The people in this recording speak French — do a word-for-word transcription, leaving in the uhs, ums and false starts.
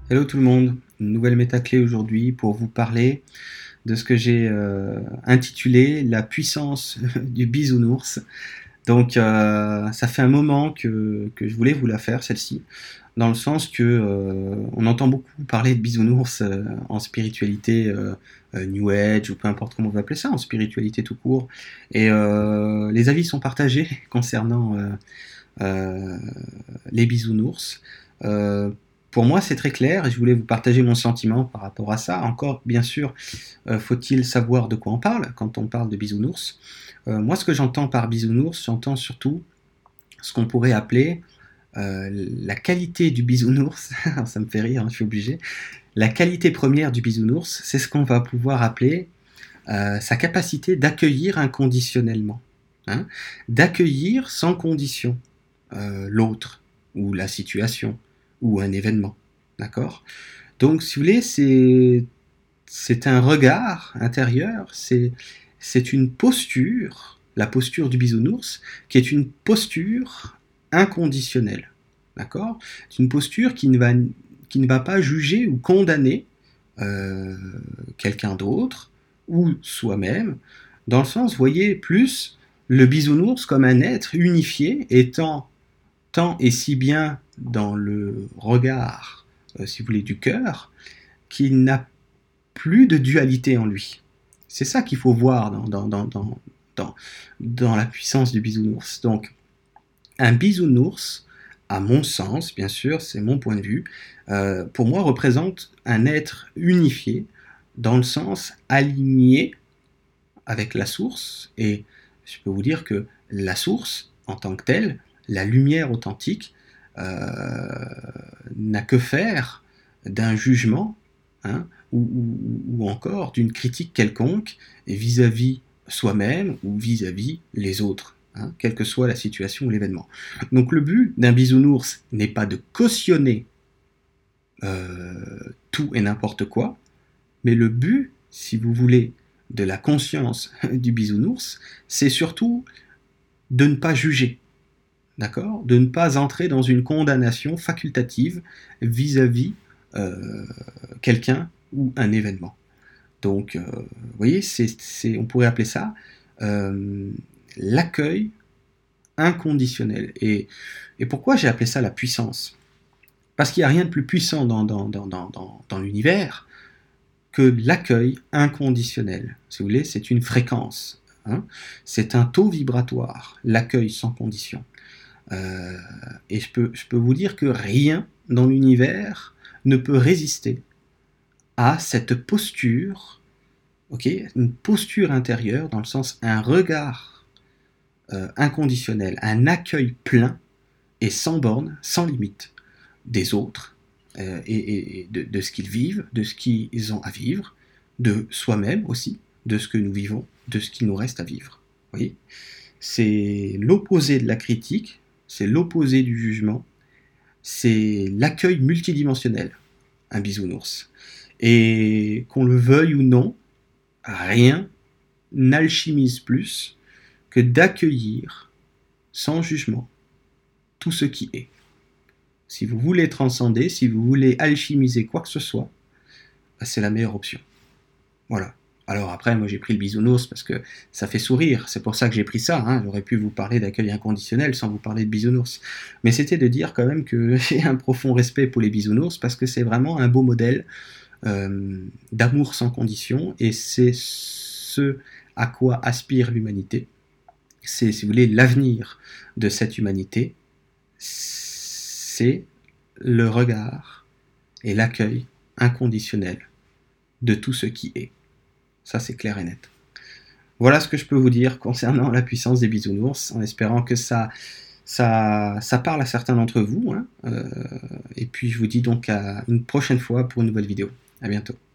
Hello tout le monde, une nouvelle métaclé aujourd'hui pour vous parler de ce que j'ai euh, intitulé la puissance du bisounours. Donc euh, ça fait un moment que, que je voulais vous la faire celle-ci, dans le sens que euh, on entend beaucoup parler de bisounours euh, en spiritualité euh, euh, New Age ou peu importe comment on va appeler ça, en spiritualité tout court. Et euh, les avis sont partagés concernant euh, euh, les bisounours. Euh, pour moi, c'est très clair et je voulais vous partager mon sentiment par rapport à ça. Encore, bien sûr, euh, faut-il savoir de quoi on parle quand on parle de bisounours. Euh, moi, ce que j'entends par bisounours, j'entends surtout ce qu'on pourrait appeler euh, la qualité du bisounours. Ça me fait rire, hein, je suis obligé. La qualité première du bisounours, c'est ce qu'on va pouvoir appeler euh, sa capacité d'accueillir inconditionnellement, hein, d'accueillir sans condition euh, l'autre, ou la situation, ou un événement. D'accord? Donc, si vous voulez, c'est, c'est un regard intérieur, c'est, c'est une posture, la posture du bisounours, qui est une posture inconditionnelle. D'accord? C'est une posture qui ne va, qui ne va pas juger ou condamner euh, quelqu'un d'autre, ou soi-même, dans le sens, vous voyez, plus le bisounours comme un être unifié, étant tant et si bien dans le regard, euh, si vous voulez, du cœur, qu'il n'a plus de dualité en lui. C'est ça qu'il faut voir dans, dans, dans, dans, dans, dans la puissance du bisounours. Donc, un bisounours, à mon sens, bien sûr, c'est mon point de vue, euh, pour moi représente un être unifié, dans le sens aligné avec la source, et je peux vous dire que la source, en tant que telle, la lumière authentique, euh, n'a que faire d'un jugement, hein, ou, ou, ou, encore d'une critique quelconque vis-à-vis soi-même ou vis-à-vis les autres, hein, quelle que soit la situation ou l'événement. Donc le but d'un bisounours n'est pas de cautionner euh, tout et n'importe quoi, mais le but, si vous voulez, de la conscience du bisounours, c'est surtout de ne pas juger, d'accord, de ne pas entrer dans une condamnation facultative vis-à-vis euh, quelqu'un ou un événement. Donc, euh, vous voyez, c'est, c'est, on pourrait appeler ça euh, l'accueil inconditionnel. Et, et pourquoi j'ai appelé ça la puissance? Parce qu'il n'y a rien de plus puissant dans, dans, dans, dans, dans, dans l'univers que l'accueil inconditionnel. Si vous voulez, c'est une fréquence, hein, c'est un taux vibratoire, l'accueil sans condition. Euh, et je peux, je peux vous dire que rien dans l'univers ne peut résister à cette posture, ok, une posture intérieure, dans le sens un regard euh, inconditionnel, un accueil plein et sans borne, sans limite des autres euh, et, et de, de ce qu'ils vivent, de ce qu'ils ont à vivre, de soi-même aussi, de ce que nous vivons, de ce qu'il nous reste à vivre. Vous voyez, c'est l'opposé de la critique, c'est l'opposé du jugement, c'est l'accueil multidimensionnel, un bisounours. Et qu'on le veuille ou non, rien n'alchimise plus que d'accueillir sans jugement tout ce qui est. Si vous voulez transcender, si vous voulez alchimiser quoi que ce soit, c'est la meilleure option. Voilà. Alors après, moi j'ai pris le bisounours parce que ça fait sourire, c'est pour ça que j'ai pris ça, hein. J'aurais pu vous parler d'accueil inconditionnel sans vous parler de bisounours. Mais c'était de dire quand même que j'ai un profond respect pour les bisounours parce que c'est vraiment un beau modèle euh, d'amour sans condition et c'est ce à quoi aspire l'humanité. C'est, si vous voulez, l'avenir de cette humanité, c'est le regard et l'accueil inconditionnel de tout ce qui est. Ça, c'est clair et net. Voilà ce que je peux vous dire concernant la puissance des bisounours, en espérant que ça, ça, ça parle à certains d'entre vous. Hein. Euh, et puis, je vous dis donc à une prochaine fois pour une nouvelle vidéo. À bientôt.